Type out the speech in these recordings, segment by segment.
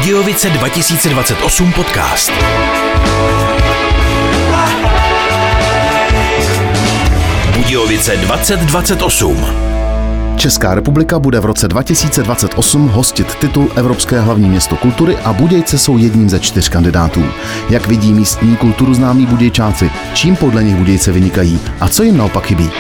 Budějovice 2028 podcast. Budějovice 2028. Česká republika bude v roce 2028 hostit titul Evropské hlavní město kultury a Budějce jsou jedním ze 4 kandidátů. Jak vidí místní kulturu známí Budějčáci, čím podle nich Budějce vynikají a co jim naopak chybí?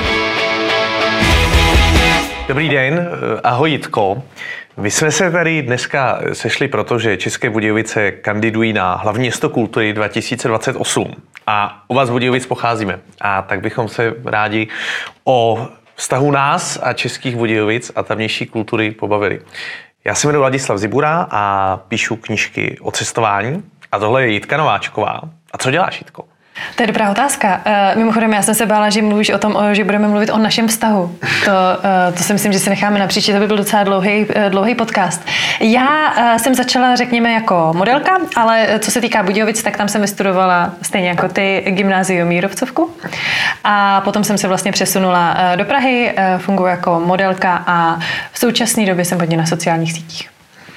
Dobrý den, ahoj Jitko. My jsme se tady dneska sešli proto, že České Budějovice kandidují na hlavní město kultury 2028 a u vás z Budějovic pocházíme. A tak bychom se rádi o vztahu nás a českých Budějovic a tamnější kultury pobavili. Já se jmenuji Ladislav Zibura a píšu knížky o cestování a tohle je Jitka Nováčková. A co děláš, Jitko? To je dobrá otázka. Mimochodem, já jsem se bála, že mluvíš o tom, že budeme mluvit o našem vztahu. To si myslím, že si necháme napříště, to by byl docela dlouhý podcast. Já jsem začala, řekněme, jako modelka, ale co se týká Budějovic, tak tam jsem vystudovala stejně jako ty gymnázium Mírovcovku. A potom jsem se vlastně přesunula do Prahy, funguji jako modelka a v současné době jsem hodně na sociálních sítích.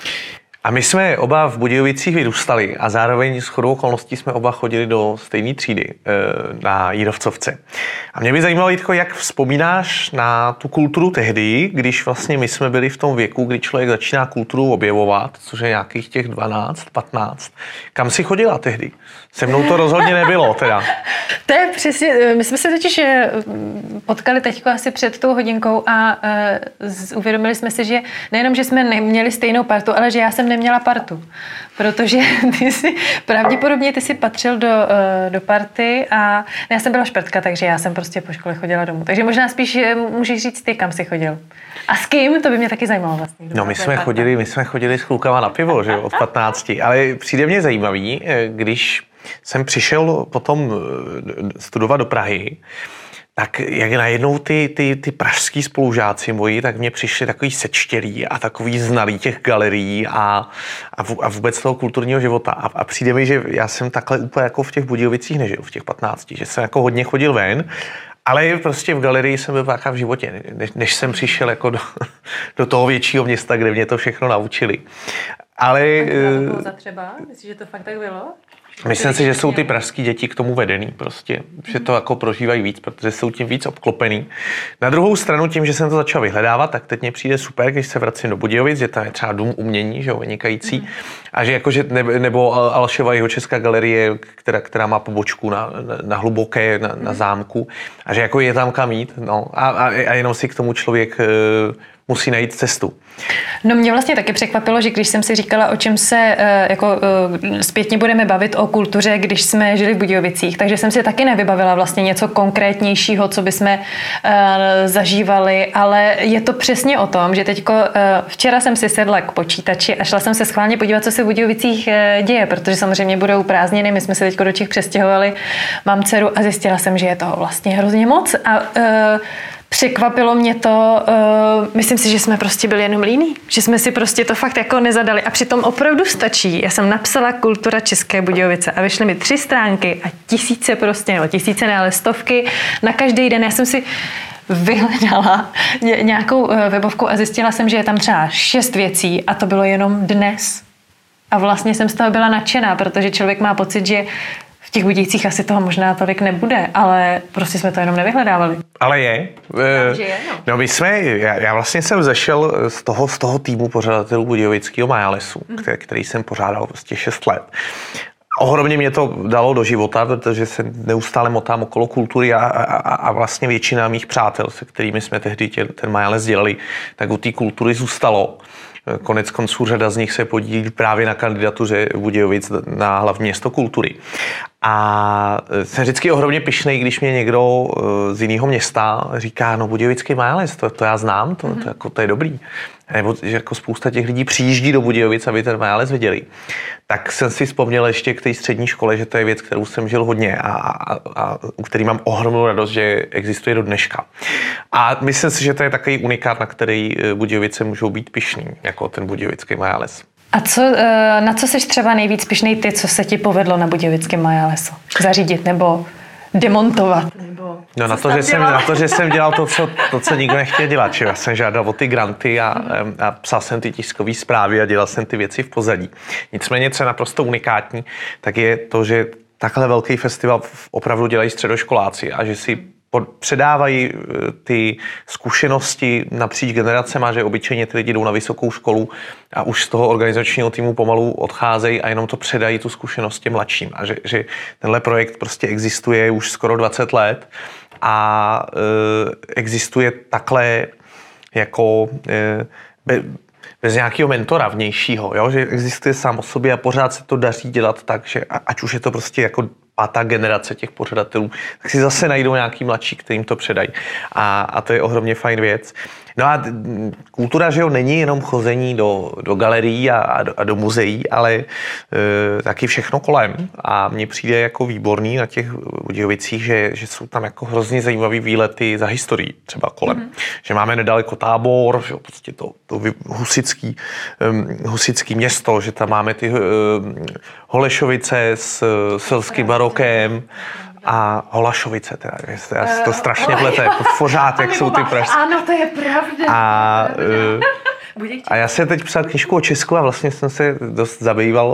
A my jsme oba v Budějovicích vyrůstali a zároveň shodou okolností jsme oba chodili do stejné třídy na Jírovcovce. A mě by zajímalo, Jitko, jak vzpomínáš na tu kulturu tehdy, když vlastně my jsme byli v tom věku, kdy člověk začíná kulturu objevovat, což je nějakých těch 12, 15. Kam jsi chodila tehdy? Se mnou to rozhodně nebylo teda. To je přesně, my jsme se totiž potkali teďko asi před tou hodinkou a uvědomili jsme si, že nejenom, že jsme neměli stejnou partu, ale že já jsem neměla partu, protože pravděpodobně ty jsi patřil do party a já jsem byla šprtka, takže já jsem prostě po škole chodila domů. Takže možná spíš můžeš říct ty, kam jsi chodil. A s kým? To by mě taky zajímalo vlastně. No my jsme chodili s klukama na pivo, že jo, od 15, ale přijde mě zajímavý, když jsem přišel potom studovat do Prahy, tak jak najednou ty pražský spolužáci moji, tak mě přišli takový sečtělí a takový znalí těch galerií a vůbec toho kulturního života. A přijde mi, že já jsem takhle úplně jako v těch Budějovicích nežil, v těch 15, že jsem jako hodně chodil ven, ale prostě v galerii jsem byl v životě, než jsem přišel jako do toho většího města, kde mě to všechno naučili. Ale za třeba? Myslíš, že to fakt tak bylo? Myslím si, že jsou ty pražský děti k tomu vedený prostě, že to jako prožívají víc, protože jsou tím víc obklopený. Na druhou stranu tím, že jsem to začal vyhledávat, tak teď mě přijde super, když se vracím do Budějovic, že tam je třeba dům umění, že jo, vynikající, a že jakože nebo Alševa Jihočeská galerie, která má pobočku na Hluboké, na zámku, a že jako je tam kam jít, no, a jenom si k tomu člověk musí najít cestu. No mě vlastně taky překvapilo, že když jsem si říkala, o čem se zpětně budeme bavit o kultuře, když jsme žili v Budějovicích, takže jsem si taky nevybavila vlastně něco konkrétnějšího, co bychom zažívali, ale je to přesně o tom, že včera jsem si sedla k počítači a šla jsem se schválně podívat, co se v Budějovicích děje, protože samozřejmě budou prázdniny, my jsme se teďko do Čech přestěhovali, mám dceru a zjistila jsem, že je toho vlastně hrozně moc a překvapilo mě to, myslím si, že jsme prostě byli jenom líní, že jsme si prostě to fakt jako nezadali a přitom opravdu stačí. Já jsem napsala Kultura České Budějovice a vyšly mi 3 stránky a tisíce ne, ale stovky na každý den. Já jsem si vyhledala nějakou webovku a zjistila jsem, že je tam třeba 6 věcí a to bylo jenom dnes. A vlastně jsem z toho byla nadšená, protože člověk má pocit, že v těch Budějcích asi toho možná tolik nebude, ale prostě jsme to jenom nevyhledávali. Ale je. No my já vlastně jsem zešel z toho týmu pořadatelů Budějovického Majalesu, který jsem pořádal prostě 6 let. Ohromně mě to dalo do života, protože se neustále motám okolo kultury a vlastně většina mých přátel, se kterými jsme tehdy ten Majales dělali, tak u té kultury zůstalo. Konec konců řada z nich se podílí právě na kandidatuře Budějovic na hlavní město kultury. A jsem vždycky ohromně pyšnej, když mě někdo z jiného města říká, no Budějovický Majales, to já znám, to je dobrý. Nebo že jako spousta těch lidí přijíždí do Budějovic, aby ten Majales viděli. Tak jsem si vzpomněl ještě k té střední škole, že to je věc, kterou jsem žil hodně a u který mám ohromnou radost, že existuje do dneška. A myslím si, že to je takový unikát, na který Budějovice můžou být pyšný, jako ten Budějovický Majales. A na co seš třeba nejvíc pyšnej ty, co se ti povedlo na Budějovickém Majalesu? Zařídit nebo demontovat? Nebo No na to, že jsem dělal to, co nikdo nechtěl dělat. Že? Já jsem žádal o ty granty a psal jsem ty tiskové zprávy a dělal jsem ty věci v pozadí. Nicméně, co je naprosto unikátní, tak je to, že takhle velký festival opravdu dělají středoškoláci a že si předávají ty zkušenosti napříč generacema, že obyčejně ty lidi jdou na vysokou školu a už z toho organizačního týmu pomalu odcházejí a jenom to předají tu zkušenost těm mladším. A že tenhle projekt prostě existuje už skoro 20 let a existuje takhle jako bez nějakého mentora vnějšího, jo? Že existuje sám o sobě a pořád se to daří dělat tak, že ať už je to prostě jako pátá generace těch pořadatelů, tak si zase najdou nějaký mladší, kterým to předají. A to je ohromně fajn věc. No a kultura, že jo, není jenom chození do galerií a do muzeí, ale taky všechno kolem. A mně přijde jako výborný na těch Budějovicích, že jsou tam jako hrozně zajímavý výlety za historií třeba kolem. Že máme nedaleko Tábor, že jo, prostě to husický město, že tam máme ty Holešovice s selským barokem, a Holašovice, teda, já si to strašně plete, pořád, jak jsou ty pražské. Ano, to je pravda. A já jsem teď psal knížku o Česku a vlastně jsem se dost zabýval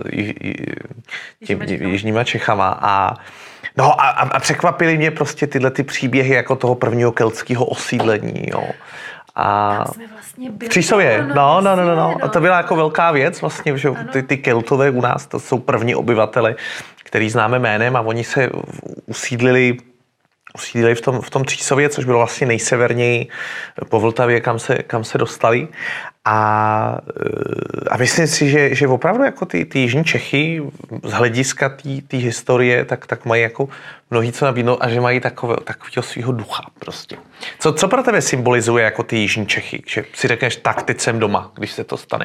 jižníma Čechama a překvapily mě prostě tyhle ty příběhy jako toho prvního keltského osídlení, jo. A vlastně v Přísově, no. A to byla jako velká věc vlastně, že ty Keltové u nás, to jsou první obyvatele, který známe jménem a oni se usídlili v tom Přísově, což bylo vlastně nejseverněji po Vltavě, kam se dostali. A myslím si, že opravdu jako ty jižní Čechy z hlediska té historie, tak mají jako mnohý co nabídnout a že mají takového svého ducha prostě. Co pro tebe symbolizuje jako ty jižní Čechy? Že si řekneš, tak teď jsem doma, když se to stane?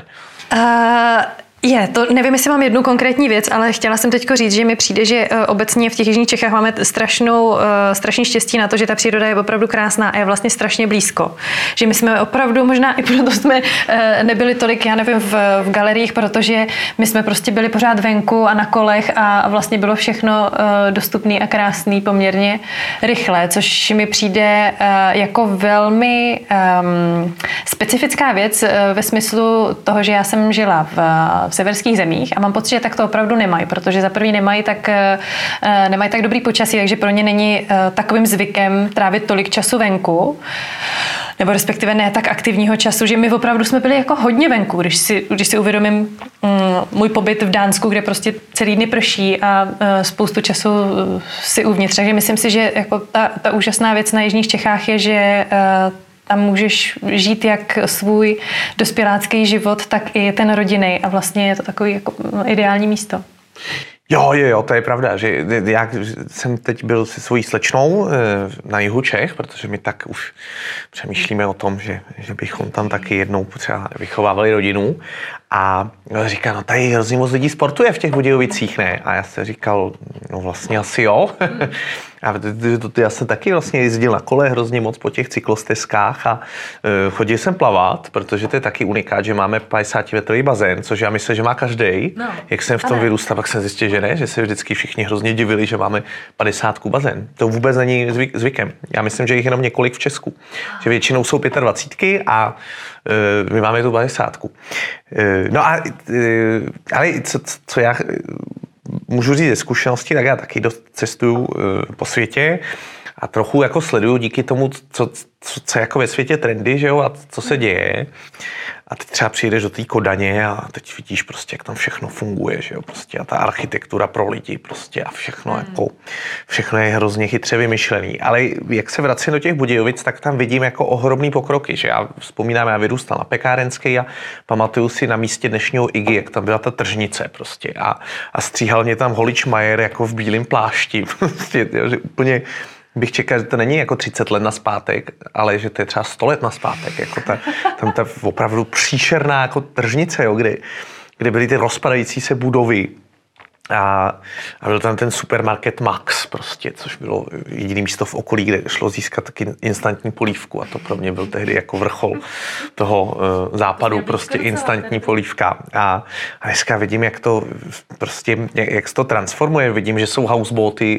To nevím, jestli mám jednu konkrétní věc, ale chtěla jsem teďko říct, že mi přijde, že obecně v těch jižních Čechách máme strašný štěstí na to, že ta příroda je opravdu krásná a je vlastně strašně blízko. Že my jsme opravdu, možná i proto jsme nebyli tolik, já nevím, v galeriích, protože my jsme prostě byli pořád venku a na kolech a vlastně bylo všechno dostupné a krásný poměrně rychle, což mi přijde jako velmi specifická věc ve smyslu toho, že já jsem žila v severských zemích a mám pocit, že tak to opravdu nemají, protože za první nemají tak dobrý počasí, takže pro ně není takovým zvykem trávit tolik času venku, nebo respektive ne tak aktivního času, že my opravdu jsme byli jako hodně venku, když si uvědomím můj pobyt v Dánsku, kde prostě celý dny prší a spoustu času si uvnitř. Takže myslím si, že jako ta úžasná věc na jižních Čechách je, že tam můžeš žít jak svůj dospělácký život, tak i ten rodinný a vlastně je to takový jako ideální místo. Jo, to je pravda, že já jsem teď byl se svojí slečnou na jihu Čech, protože my tak už přemýšlíme o tom, že bychom tam taky jednou třeba vychovávali rodinu a říká, no tady hrozně moc lidí sportuje v těch Budějovicích, ne? A já jsem říkal, no vlastně asi jo. A já jsem taky vlastně jezdil na kole hrozně moc po těch cyklostezkách a chodil jsem plavat, protože to je taky unikát, že máme 50-metrový bazén, což já myslím, že má každej. No, jak jsem v tom vyrůstal, pak jsem zjistil, že ne, že se vždycky všichni hrozně divili, že máme 50 bazén. To vůbec není zvykem. Já myslím, že jich jenom několik v Česku. Že většinou jsou 25 a my máme tu 50. Ale co já můžu říct ze zkušenosti, tak já taky dost cestuju po světě a trochu jako sleduju díky tomu, co jako ve světě trendy, že jo, a co se děje. A teď třeba přijdeš do té Kodaně a teď vidíš prostě, jak tam všechno funguje, že jo, prostě a ta architektura pro lidi prostě a všechno je hrozně chytře vymyšlený. Ale jak se vracím do těch Budějovic, tak tam vidím jako ohromný pokroky, že já vzpomínám, já vyrůstal na Pekárenské a pamatuju si na místě dnešního Iggy, jak tam byla ta tržnice prostě a stříhal mě tam holič Majer jako v bílém plášti, prostě, jo, že úplně bych čekal, že to není jako 30 let nazpátek, ale že to je třeba 100 let nazpátek, jako tam ta opravdu příšerná jako tržnice, jo, kde byly ty rozpadající se budovy A byl tam ten supermarket Max prostě, což bylo jediné místo v okolí, kde šlo získat taky instantní polívku a to pro mě byl tehdy jako vrchol toho západu, prostě instantní polívka. A dneska vidím, jak to prostě, jak se to transformuje, vidím, že jsou houseboaty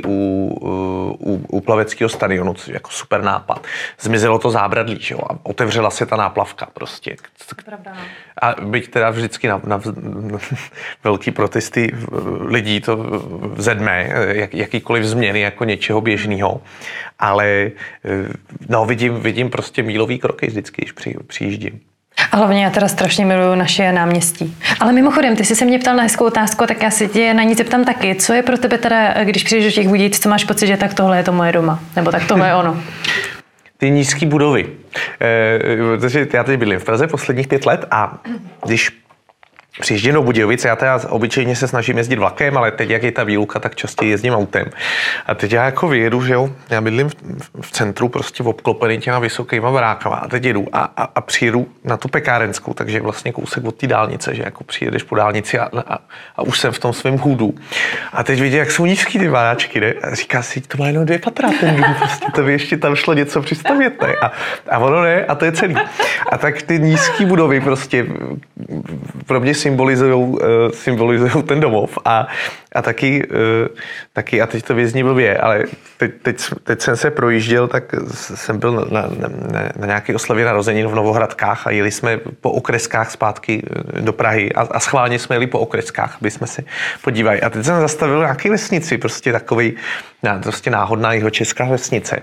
u plaveckého stadionu, což je jako super nápad. Zmizelo to zábradlí, že jo, a otevřela se ta náplavka prostě. Pravda, no. A byť teda vždycky na velký protesty lidí to vzedme, jakýkoliv změny jako něčeho běžného, ale no, vidím prostě mílový kroky vždycky, když přijíždím. A hlavně já teda strašně miluju naše náměstí. Ale mimochodem, ty jsi se mě ptal na hezkou otázku, tak já si tě na ní zeptám taky. Co je pro tebe teda, když přijdeš do těch Budějic, co máš pocit, že tak tohle je to moje doma? Nebo tak tohle je ono? Ty nízké budovy. Protože já teď bydlím v Praze posledních 5 let a když přijíždím do Budějovic, já teda obyčejně se snažím jezdit vlakem, ale teď, jak je ta výluka, tak častěji jezdím autem. A teď já jako vyjedu, že jo, já bydlím v centru, prostě obklopený těma vysokýma barákama a teď jedu a přijedu na tu pekárenskou, takže vlastně kousek od té dálnice, že jako přijedeš po dálnici a už jsem v tom svém hůdu. A teď vidím, jak jsou nízký ty baráčky, ne? A říká si, to má jenom 2 patra, ten dům, prostě to by ještě tam šlo něco přistavět, ne? A ono ne, a to je celý. A tak ty nízký budovy prostě pro mě symbolizují ten domov a taky, a teď to vězní blbě, ale teď jsem se projížděl, tak jsem byl na nějaké oslavě narozenin v Novohradkách a jeli jsme po okreskách zpátky do Prahy a schválně jsme jeli po okreskách, aby jsme se podívali. A teď jsem zastavil nějaké vesnici, prostě takovej, prostě náhodná jihočeská vesnice.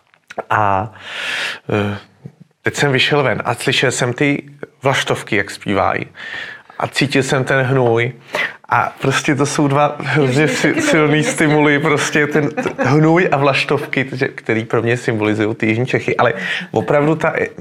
A teď jsem vyšel ven a slyšel jsem ty vlaštovky, jak zpívají. A cítil jsem ten hnůj. A prostě to jsou 2 hrozně silný stimuly, prostě ten hnůj a vlaštovky, který pro mě symbolizují ty jižní Čechy. Ale opravdu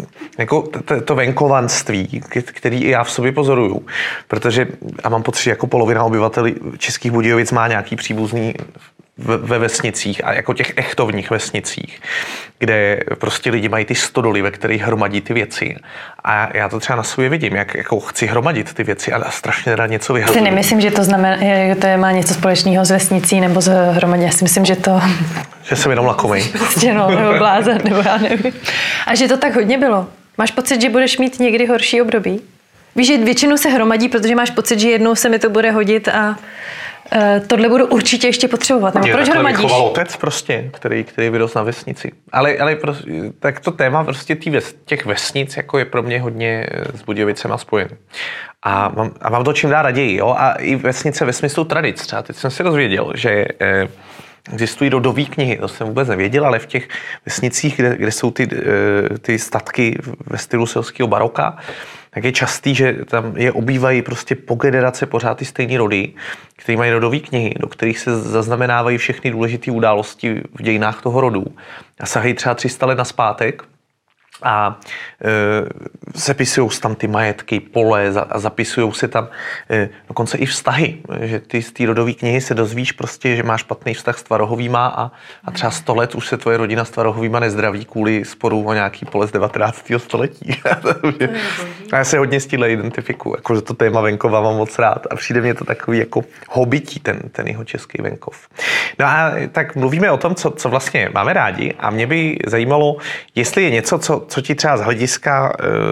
to venkovanství, který i já v sobě pozoruju, protože a mám pocit, jako polovina obyvatel Českých Budějovic má nějaký příbuzný ve vesnicích a jako těch echtovních vesnicích, kde prostě lidi mají ty stodoly, ve kterých hromadí ty věci. A já to třeba na sobě vidím, jak jako chci hromadit ty věci a strašně rád něco vyhazuju. Si nemyslím, že to znamená, že to má něco společného s vesnicí nebo s hromadí. Já si myslím, že to... Že jsem jenom lakomej. Prostě no, nebo blázen, nebo já nevím. A že to tak hodně bylo. Máš pocit, že budeš mít někdy horší období? Víš, že většinou se hromadí, protože máš pocit, že jednou se mi to bude hodit a tohle budu určitě ještě potřebovat. Nebo proč hromadíš? Mě takhle otec prostě, který vyrostl na vesnici. Ale tak to téma prostě těch vesnic jako je pro mě hodně s Budějovicema spojen. A mám to čím dál raději. Jo? A i vesnice ve smyslu tradic. Třeba teď jsem se dozvěděl, že existují rodové knihy, to jsem vůbec nevěděl, ale v těch vesnicích, kde jsou ty statky ve stylu selského baroka, tak je častý, že tam je obývají prostě po generace pořád ty stejné rody, které mají rodové knihy, do kterých se zaznamenávají všechny důležité události v dějinách toho rodu. A sahají třeba 300 let nazpátek a zapisují se tam ty majetky, pole a zapisují se tam dokonce i vztahy, že ty z té rodové knihy se dozvíš prostě, že máš špatný vztah s Tvarohovýma a třeba 100 let už se tvoje rodina s Tvarohovýma nezdraví kvůli sporu o nějaký pole z 19. století. A já se hodně s tímhle identifikuju, jakože to téma venkova mám moc rád a přijde mě to takový jako hobití ten jeho český venkov. No a tak mluvíme o tom, co vlastně máme rádi a mě by zajímalo, jestli je něco, co ti třeba z hlediska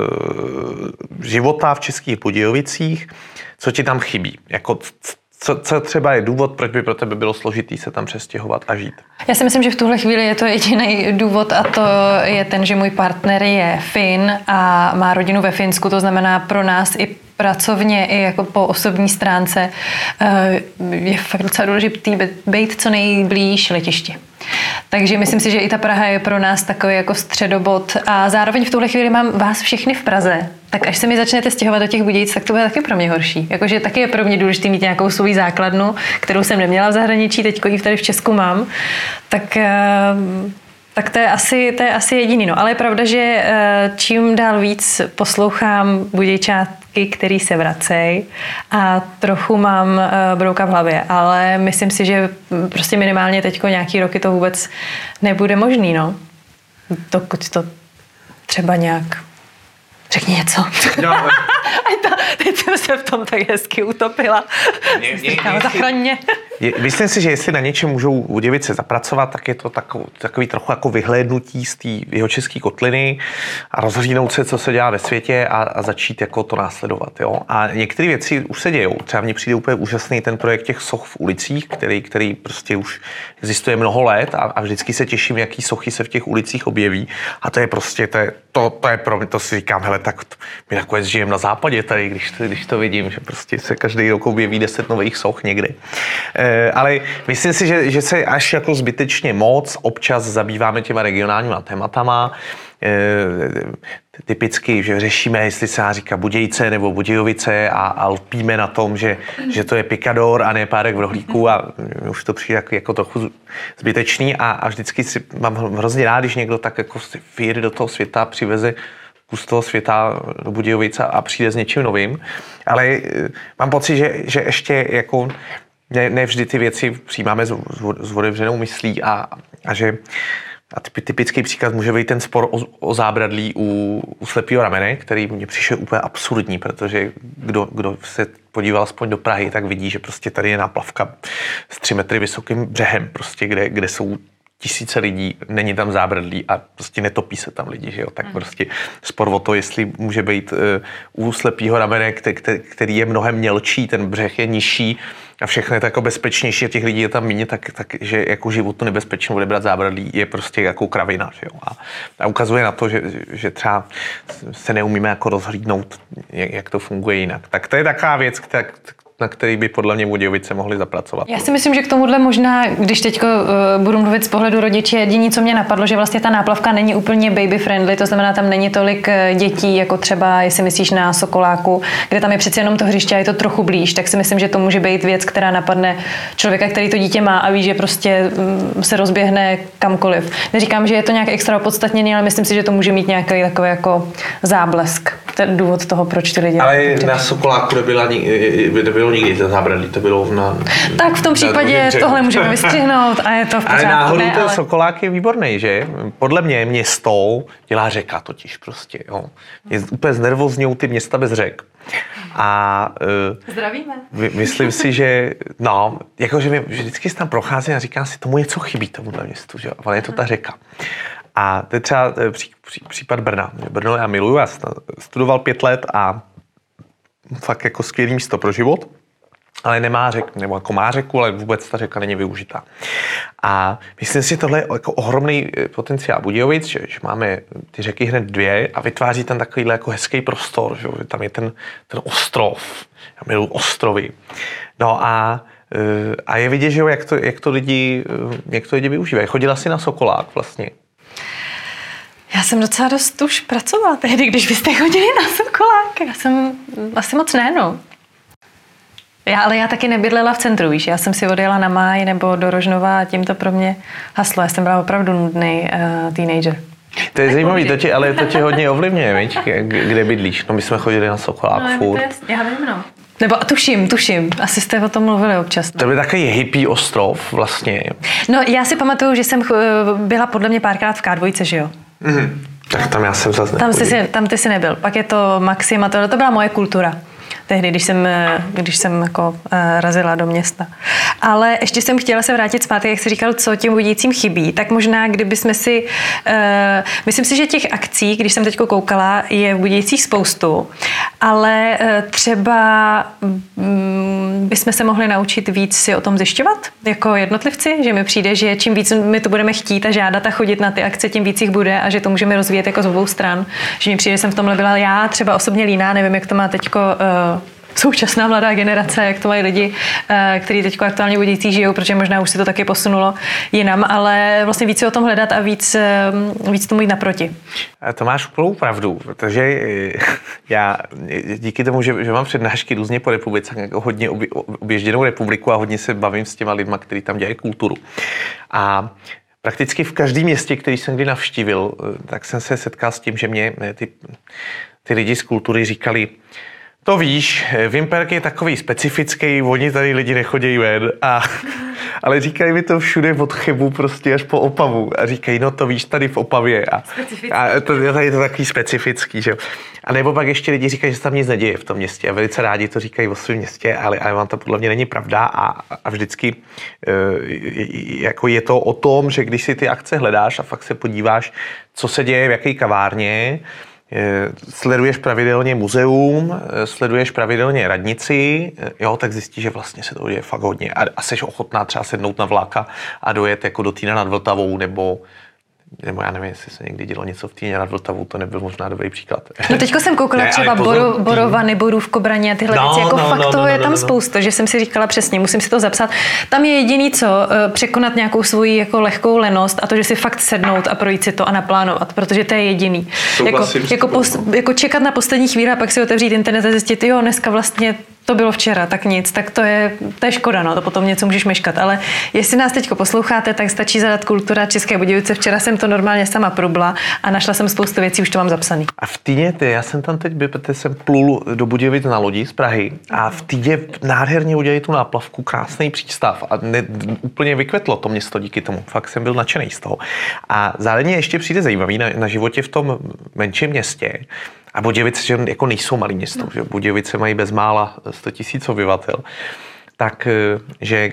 života v Českých Budějovicích, co ti tam chybí? Jako, co třeba je důvod, proč by pro tebe bylo složitý se tam přestěhovat a žít? Já si myslím, že v tuhle chvíli je to jediný důvod a to je ten, že můj partner je Fin a má rodinu ve Finsku, to znamená pro nás i pracovně, i jako po osobní stránce je fakt docela důležitý být co nejblíž letiště. Takže myslím si, že i ta Praha je pro nás takový jako středobod a zároveň v tuhle chvíli mám vás všechny v Praze, tak až se mi začnete stěhovat do těch Budějic, tak to bude taky pro mě horší. Jakože taky je pro mě důležité mít nějakou svou základnu, kterou jsem neměla v zahraničí, teďko ji tady v Česku mám, tak to je asi jediný. No. Ale je pravda, že čím dál víc poslouchám Budějčátky, který se vracejí a trochu mám brouka v hlavě, ale myslím si, že prostě minimálně teďko nějaký roky to vůbec nebude možný, no. Dokud to třeba nějak... Řekni něco. Teď jsem se v tom tak hezky utopila. Zachraň. Myslím si, že jestli na něčem můžou Budějovice zapracovat, tak je to takový trochu jako vyhlédnutí z té jihočeské kotliny a rozhlídnout se, co se dělá ve světě a začít jako to následovat. Jo? A některé věci už se dějou. Třeba mně přijde úplně úžasný ten projekt těch soch v ulicích, který prostě už existuje mnoho let a vždycky se těším, jaký sochy se v těch ulicích objeví. A to je prostě, to je pro mě, to si říkám, hele, tak my nakonec žijeme na západě tady, když to vidím, že prostě se každý rok objeví 10 nových soch někde. Ale myslím si, že se až jako zbytečně moc občas zabýváme těma regionálníma tématama. Typicky, že řešíme, jestli se říká Budějce nebo Budějovice a lpíme na tom, že to je pikador a ne párek v rohlíku a už to přijde jako trochu zbytečný a vždycky si mám hrozně rád, když někdo tak jako vyjede do toho světa, přiveze kus toho světa do Budějovice a přijde s něčím novým, ale mám pocit, že ještě jako ne vždy ty věci přijímáme s otevřenou myslí a že typický příklad může být ten spor o zábradlí u slepýho ramene, který mně přišel úplně absurdní, protože kdo se podíval aspoň do Prahy, tak vidí, že prostě tady je náplavka s 3 metry vysokým břehem, prostě kde jsou tisíce lidí, není tam zábradlí a prostě netopí se tam lidi, že jo? Tak prostě spor o to, jestli může být u slepýho ramene, který je mnohem mělčí, ten břeh je nižší a všechno je tak jako bezpečnější a těch lidí je tam méně, takže jako životu nebezpečnou odebrat zábradlí je prostě jako kravina, že jo? A ukazuje na to, že třeba se neumíme jako rozhlídnout, jak to funguje jinak. Tak to je taková věc, na který by podle mě Budějovice mohli zapracovat. Já si myslím, že k tomuhle možná, když teď budu mluvit z pohledu rodiče, jediné, co mě napadlo, že vlastně ta náplavka není úplně baby friendly, to znamená, tam není tolik dětí, jako třeba, jestli myslíš na Sokoláku, kde tam je přeci jenom to hřiště a je to trochu blíž, tak si myslím, že to může být věc, která napadne člověka, který to dítě má a ví, že prostě se rozběhne kamkoliv. Neříkám, že je to nějak extra opodstatněný, ale myslím si, že to může mít nějaký takový jako záblesk. Ten důvod toho, proč ty lidi... Ale na Sokoláku nebylo nikdy to zábradlí, to bylo tak v tom případě tohle můžeme vystřihnout a je to v pořádku. Ale náhodou ten Sokolák je výborný, že? Podle mě město dělá řeka totiž prostě, jo. Mě úplně znervozňují ty města bez řek. A zdravíme. Myslím si, že jakože vždycky se tam procházím a říkám si, tomu něco chybí tomuhle městu, že? Ale je to ta řeka. A to je třeba případ Brna. Brno já miluju, já studoval 5 let a fakt jako skvělý místo pro život, ale nemá řek, nebo jako má řeku, ale vůbec ta řeka není využitá. A myslím si, tohle je jako ohromný potenciál Budějovic, že máme ty řeky hned 2 a vytváří tam takovýhle jako hezký prostor, že tam je ten ostrov. Já miluji ostrovy. No a je vidět, že jak to lidi využívají. Chodila jsi na Sokolák vlastně? Já jsem docela dost už pracovala tehdy, když byste chodili na Sokolák. Já jsem asi moc ne, no. Ale já taky nebydlela v centru, víš. Já jsem si odjela na Máj nebo do Rožnova a tím to pro mě haslo. Já jsem byla opravdu nudný teenager. To je zajímavý, ale to tě hodně ovlivňuje, víš, kde bydlíš. No my jsme chodili na Sokolák furt. Já vím, no. Nebo tuším. Asi jste o tom mluvili občas. No. To byl takový hippie ostrov vlastně. No já si pamatuju, že jsem byla podle mě párkrát v K2, že jo? Tak tam já jsem zase tam ty jsi nebyl. Pak je to Maxim a to byla moje kultura. Tehdy, když jsem jako razila do města. Ale ještě jsem chtěla se vrátit zpátky, jak jsi říkal, co těm Budějcím chybí. Tak možná, kdybychom si... myslím si, že těch akcí, když jsem teď koukala, je v Budějcích spoustu, ale třeba bychom se mohli naučit víc si o tom zjišťovat jako jednotlivci, že mi přijde, že čím víc my to budeme chtít a žádat a chodit na ty akce, tím víc jich bude a že to můžeme rozvíjet jako z obou stran. Že mi přijde, že jsem v tomhle byla já třeba osobně líná, nevím, jak to má teďko současná mladá generace, jak to mají lidi, kteří teď aktuálně v Budějcích žijou, protože možná už si to taky posunulo jinam, ale vlastně víc si o tom hledat a víc tomu jít naproti. To máš úplnou pravdu, protože já díky tomu, že mám přednášky různě po republice, jako hodně obježděnou republiku a hodně se bavím s těma lidma, kteří tam dělají kulturu. A prakticky v každém městě, který jsem kdy navštívil, tak jsem se setkal s tím, že mě ty lidi z kultury říkali, to víš, Vimperk je takový specifický, oni tady lidi nechodí ven ale říkají mi to všude od Chebu prostě až po Opavu a říkají, no to víš tady v Opavě a tady je to takový specifický, že jo. A nebo pak ještě lidi říkají, že se tam nic neděje v tom městě a velice rádi to říkají o svém městě, ale vám to podle mě není pravda a vždycky jako je to o tom, že když si ty akce hledáš a fakt se podíváš, co se děje v jaké kavárně, sleduješ pravidelně muzeum, sleduješ pravidelně radnici, jo, tak zjistíš, že vlastně se to děje fakt hodně a seš ochotná třeba sednout na vlaka a dojet jako do Týna nad Vltavou nebo já nevím, jestli se někdy dělo něco v Týně nad Vltavou, to nebyl možná dobrý příklad. No teďko jsem koukala třeba Borovany, Borůvko Braně a tyhle věci, jako fakt toho je tam spousta, že jsem si říkala přesně, musím si to zapsat. Tam je jediný co, překonat nějakou svoji jako lehkou lenost a to, že si fakt sednout a projít si to a naplánovat, protože to je jediný. Jako čekat na poslední chvíli a pak si otevřít internet a zjistit, jo, dneska vlastně to bylo včera, tak nic, tak to je škoda, no, to potom něco můžeš meškat, ale jestli nás teďko posloucháte, tak stačí zadat Kultura České Budějovice, včera jsem to normálně sama probla a našla jsem spoustu věcí, už to mám zapsaný. A v Týně, já jsem tam teď byl, protože jsem plul do Budějovic na lodi z Prahy a v Týně nádherně udělali tu náplavku, krásný přístav a úplně vykvetlo to město díky tomu, fakt jsem byl nadšený z toho. A zároveň ještě přijde zajímavý na životě v tom menším městě. A Budějovice, že jako nejsou malý město, že Budějovice mají bezmála 100 000 obyvatel, tak že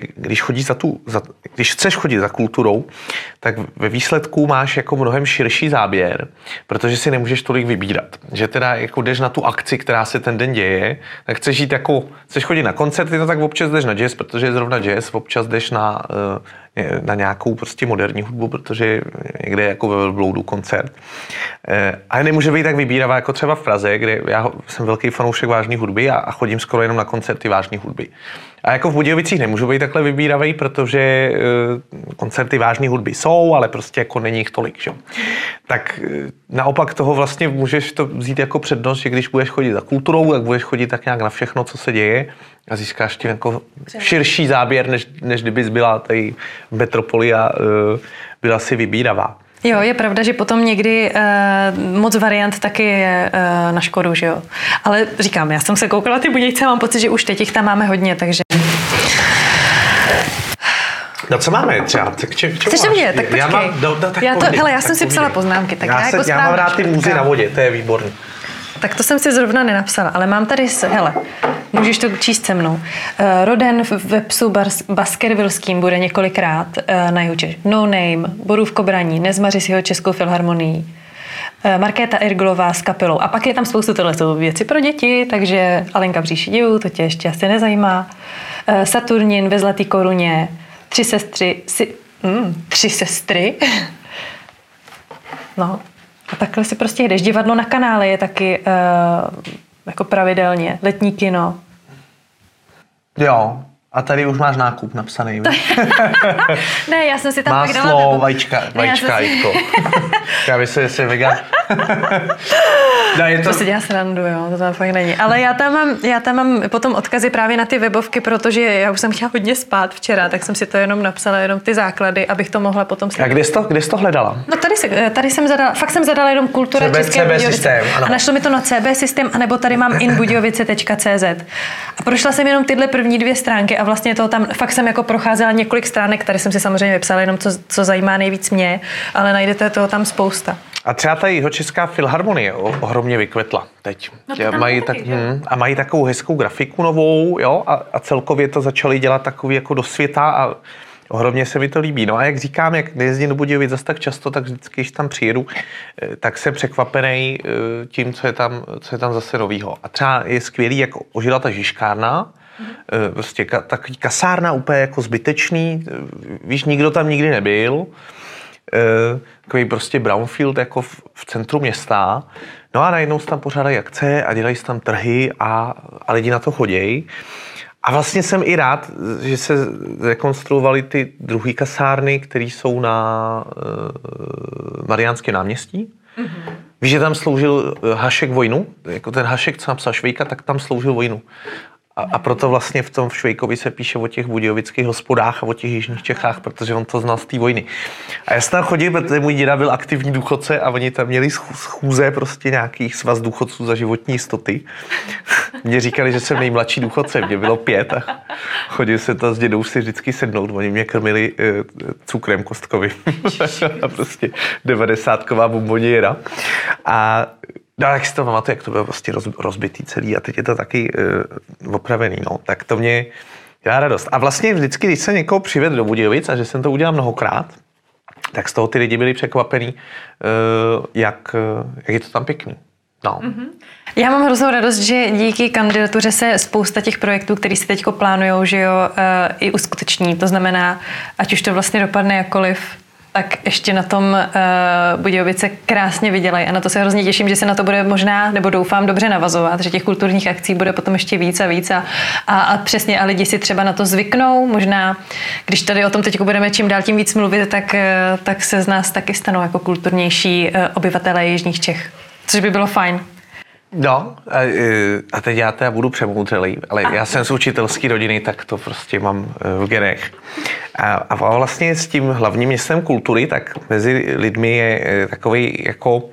když chceš chodit za kulturou, tak ve výsledku máš jako mnohem širší záběr, protože si nemůžeš tolik vybírat. Že teda jako jdeš na tu akci, která se ten den děje, tak chceš chodit na koncerty, no tak občas jdeš na jazz, protože je zrovna jazz, občas jdeš na nějakou prostě moderní hudbu, protože někde je jako ve Velbloudu koncert. Ale nemůže být tak vybíravá jako třeba v Praze, kde já jsem velký fanoušek vážné hudby a chodím skoro jenom na koncerty vážné hudby. A jako v Budějovicích nemůžu být takhle vybíravý, protože koncerty vážné hudby jsou, ale prostě jako není jich tolik, že? Tak naopak toho vlastně můžeš to vzít jako přednost, že když budeš chodit za kulturou, tak budeš chodit tak nějak na všechno, co se děje a získáš tím jako širší záběr, než kdybys byla tady v metropoli a byla si vybíravá. Jo, je pravda, že potom někdy moc variant taky je na škodu, že jo. Ale říkám, já jsem se koukala ty Budějce a mám pocit, že už teď jich tam máme hodně, takže... No co máme třeba? Chceš to vidět? Tak počkej. Já jsem si psala poznámky. Tak já mám rád ty můzy na vodě, to je výborný. Tak to jsem si zrovna nenapsala, ale mám tady, hele, můžeš to číst se mnou. Roden ve psu Baskervillským bude několikrát na jihu Čech. No Name, Borůvko Braní, Nezmaři s jeho Českou filharmonií, Markéta Irglová s kapelou. A pak je tam spoustu tohle věci pro děti, takže Alenka v říši divů, to tě ještě asi nezajímá. Saturnin ve Zlatý koruně, Tři sestry. No. A takhle si prostě jdeš. Divadlo na kanále je taky jako pravidelně. Letní kino. Jo. A tady už máš nákup napsaný. Ne, já jsem si tam pak dala... Máslo, vajíčka, jitko. Já bych se, jestli vegan. To si dělá srandu, jo, to tam fakt není. Ale já tam mám potom odkazy právě na ty webovky, protože já už jsem chtěla hodně spát včera, tak jsem si to jenom napsala, jenom ty základy, abych to mohla potom sledovat. A kde jsi to hledala? No tady jsem zadala, fakt jsem zadala jenom Kultura České Budějovice. A našlo mi to na CB systém, anebo tady mám inbudějovice.cz. A prošla jsem jenom tyhle první 2 stránky a vlastně to tam, fakt jsem jako procházela několik stránek, tady jsem si samozřejmě vypsala jenom co zajímá nejvíc mě, ale najdete toho tam celkově A třeba ta Jihočeská filharmonie ohromně vykvetla teď. No mají takovou hezkou grafiku novou, jo, a celkově to začali dělat takový jako do světa a ohromně se mi to líbí. No a jak říkám, jak nejezdím do Budějovic zase tak často, tak vždycky, když tam přijedu, tak jsem překvapený tím, co je tam zase novýho. A třeba je skvělý, jak ožila ta Žižkárna, prostě takový kasárna úplně jako zbytečný, víš, nikdo tam nikdy nebyl, takový prostě brownfield jako v centru města. No a najednou se tam pořádají akce a dělají se tam trhy a lidi na to chodějí. A vlastně jsem i rád, že se rekonstruovaly ty druhé kasárny, které jsou na Mariánském náměstí. Mm-hmm. Víš, že tam sloužil Hašek vojnu? Jako ten Hašek, co napsal Švejka, tak tam sloužil vojnu. A proto vlastně v tom Švejkovi se píše o těch budějovických hospodách a o těch jižních Čechách, protože on to znal z té vojny. A já jsem tam chodil, protože můj děda byl aktivní důchodce a oni tam měli schůze prostě nějakých svaz důchodců za životní jistoty. Mě říkali, že jsem nejmladší důchodce, mě bylo 5 a chodil jsem tam s dědou si vždycky sednout. Oni mě krmili cukrem kostkovým. A prostě 90ková bomboniera. A no, jak si to pamatuju, jak to bylo prostě rozbitý celý a teď je to taky opravený, no. Tak to mě dělá radost. A vlastně vždycky, když jsem někoho přivedl do Budějovic a že jsem to udělal mnohokrát, tak z toho ty lidi byli překvapený, jak je to tam pěkný. No. Já mám hroznou radost, že díky kandidatuře se spousta těch projektů, které se teď plánujou, že jo, i uskuteční. To znamená, ať už to vlastně dopadne jakkoliv, tak ještě na tom Budějovice krásně vydělají. A na to se hrozně těším, že se na to bude možná, nebo doufám, dobře navazovat, že těch kulturních akcí bude potom ještě víc a víc. A přesně, a lidi si třeba na to zvyknou. Možná, když tady o tom teď budeme čím dál tím víc mluvit, tak se z nás taky stanou jako kulturnější obyvatelé jižních Čech. Což by bylo fajn. No, a teď já teda budu přemoudřelý, ale já jsem z učitelské rodiny, tak to prostě mám v genech. A vlastně s tím hlavním městem kultury, tak mezi lidmi je takový jako,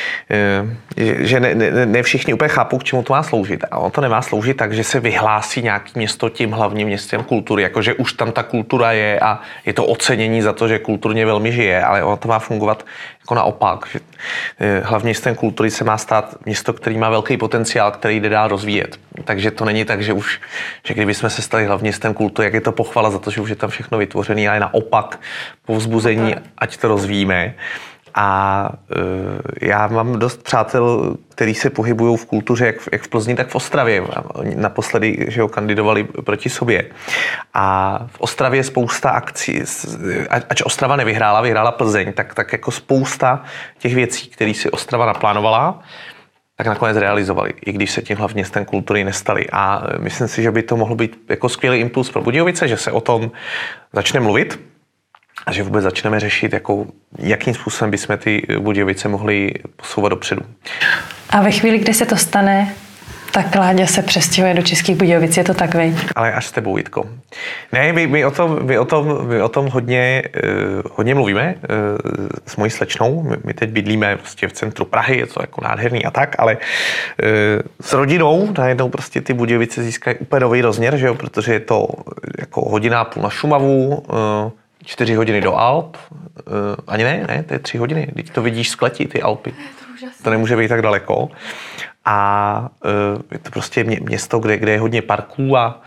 že ne všichni úplně chápou, k čemu to má sloužit. A on to nemá sloužit tak, že se vyhlásí nějaký město tím hlavním městem kultury, jakože už tam ta kultura je a je to ocenění za to, že kulturně velmi žije, ale ono to má fungovat jako naopak. Že hlavním městem kultury se má stát město, který má velký potenciál, který jde dál rozvíjet. Takže to není tak, že kdyby jsme se stali hlavním městem kultury, jak je to pochvala za to, že už je tam všechno vytvořené, ale naopak povzbuzení, ať to rozvíjíme. A já mám dost přátel, kteří se pohybují v kultuře jak v Plzni, tak v Ostravě. Naposledy, že ho kandidovali proti sobě. A v Ostravě je spousta akcí. Ač Ostrava nevyhrála, vyhrála Plzeň, tak jako spousta těch věcí, které si Ostrava naplánovala, tak nakonec realizovali, i když se tím hlavně městem kultury nestali. A myslím si, že by to mohl být jako skvělý impuls pro Budějovice, že se o tom začne mluvit a že vůbec začneme řešit, jako, jakým způsobem bychom ty Budějovice mohli posouvat dopředu. A ve chvíli, kdy se to stane, tak Láďa se přestěhuje do Českých Budějovic, je to tak, vej? Ale až s tebou, Jitko. Ne, my o tom hodně mluvíme s mojí slečnou. My teď bydlíme prostě v centru Prahy, je to jako nádherný a tak, ale s rodinou najednou prostě ty Budějovice získají úplně nový rozměr, že jo, protože je to jako hodina a půl na Šumavu, 4 hodiny do Alp, ani ne, to je 3 hodiny, teď to vidíš z Kletí, ty Alpy. To nemůže být tak daleko. A je to prostě město, kde je hodně parků a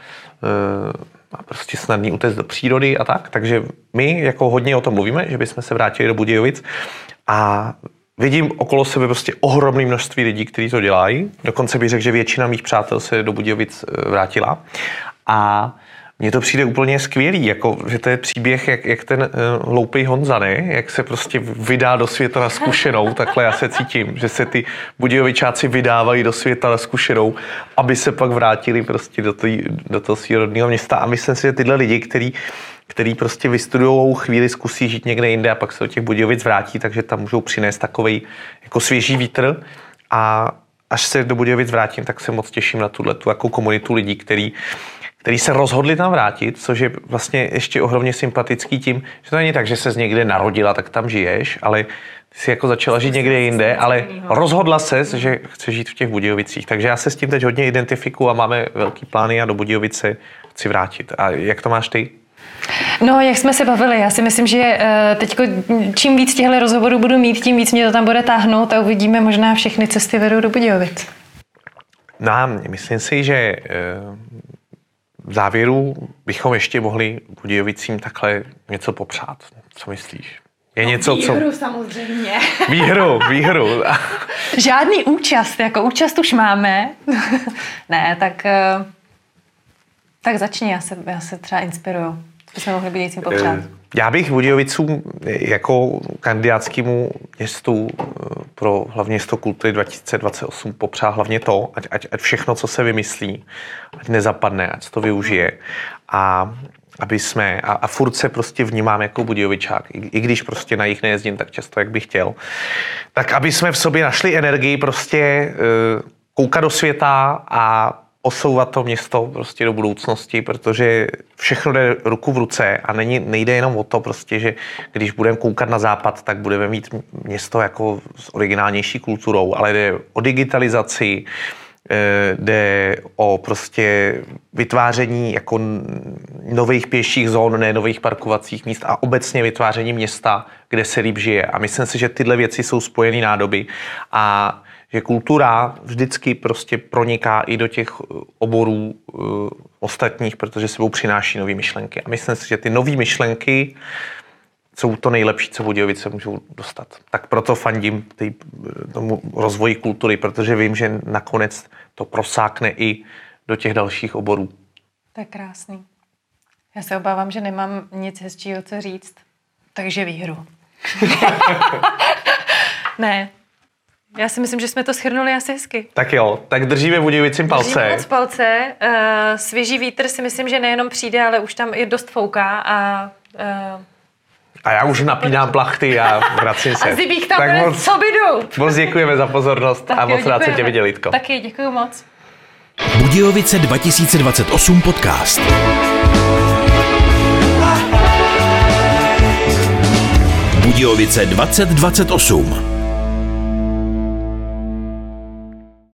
prostě snadný útes do přírody a tak. Takže my jako hodně o tom mluvíme, že bychom se vrátili do Budějovic a vidím okolo sebe prostě ohromné množství lidí, kteří to dělají. Dokonce bych řekl, že většina mých přátel se do Budějovic vrátila. A mně to přijde úplně skvělý, jako, že to je příběh, jak ten hloupej Honza, ne? Jak se prostě vydá do světa na zkušenou, takhle já se cítím, že se ty Budějovičáci vydávají do světa na zkušenou, aby se pak vrátili prostě do toho svého rodného města. A myslím si, že tyhle lidi, který prostě vystudujou chvíli, zkusí žít někde jinde a pak se do těch Budějovic vrátí, takže tam můžou přinést takovej jako svěží vítr. A až se do Budějovic vrátím, tak se moc těším na tuhletu jako komunitu lidí, který se rozhodli tam vrátit, což je vlastně ještě ohromně sympatický tím, že to není tak, že ses někde narodila, tak tam žiješ, ale ty jsi jako začala žít někde jinde, ale rozhodla ses, že chce žít v těch Budějovicích. Takže já se s tím teď hodně identifikuju a máme velký plány a do Budějovice chci vrátit. A jak to máš ty? No, jak jsme se bavili, já si myslím, že teďko čím víc těchto rozhovorů budu mít, tím víc mě to tam bude táhnout a uvidíme, možná všechny cesty vedou do Budějovic. No, myslím si, že v závěru bychom ještě mohli Budějovicím takhle něco popřát. Co myslíš? Je něco, výhru samozřejmě. Výhru. Žádný účast, jako účast už máme. Ne, tak začni, já se třeba inspiruju. Co bychom mohli Budějovicím popřát? Já bych Budějovicům jako kandidátskému městu pro hlavní město kultury 2028 popřál hlavně to, ať všechno, co se vymyslí, ať nezapadne, ať to využije a aby jsme, a furt se prostě vnímám jako Budějovičák, i když prostě na jich nejezdím tak často, jak bych chtěl, tak aby jsme v sobě našli energii prostě koukat do světa a osouvat to město prostě do budoucnosti, protože všechno jde ruku v ruce a nejde jenom o to prostě, že když budeme koukat na západ, tak budeme mít město jako s originálnější kulturou, ale jde o digitalizaci, jde o prostě vytváření jako nových pěších zón, ne nových parkovacích míst a obecně vytváření města, kde se líp žije. A myslím si, že tyhle věci jsou spojené nádoby a že kultura vždycky prostě proniká i do těch oborů ostatních, protože sebou přináší nové myšlenky. A myslím si, že ty nové myšlenky jsou to nejlepší, co Budějovice můžou dostat. Tak proto fandím tomu rozvoji kultury, protože vím, že nakonec to prosákne i do těch dalších oborů. To je krásný. Já se obávám, že nemám nic hezčího, co říct. Takže výhru. Ne. Já si myslím, že jsme to shrnuli asi hezky. Tak jo, tak držíme Budějovicím palce. Držíme moc palce. Svěží vítr si myslím, že nejenom přijde, ale už tam i dost fouká a já už napínám plachty a vracím se. A Zibík tam bude co bydu. Moc děkujeme za pozornost tak a moc rád se tě viděl, Lidko. Taky děkuju moc. Budějovice 2028 podcast. Budějovice 2028.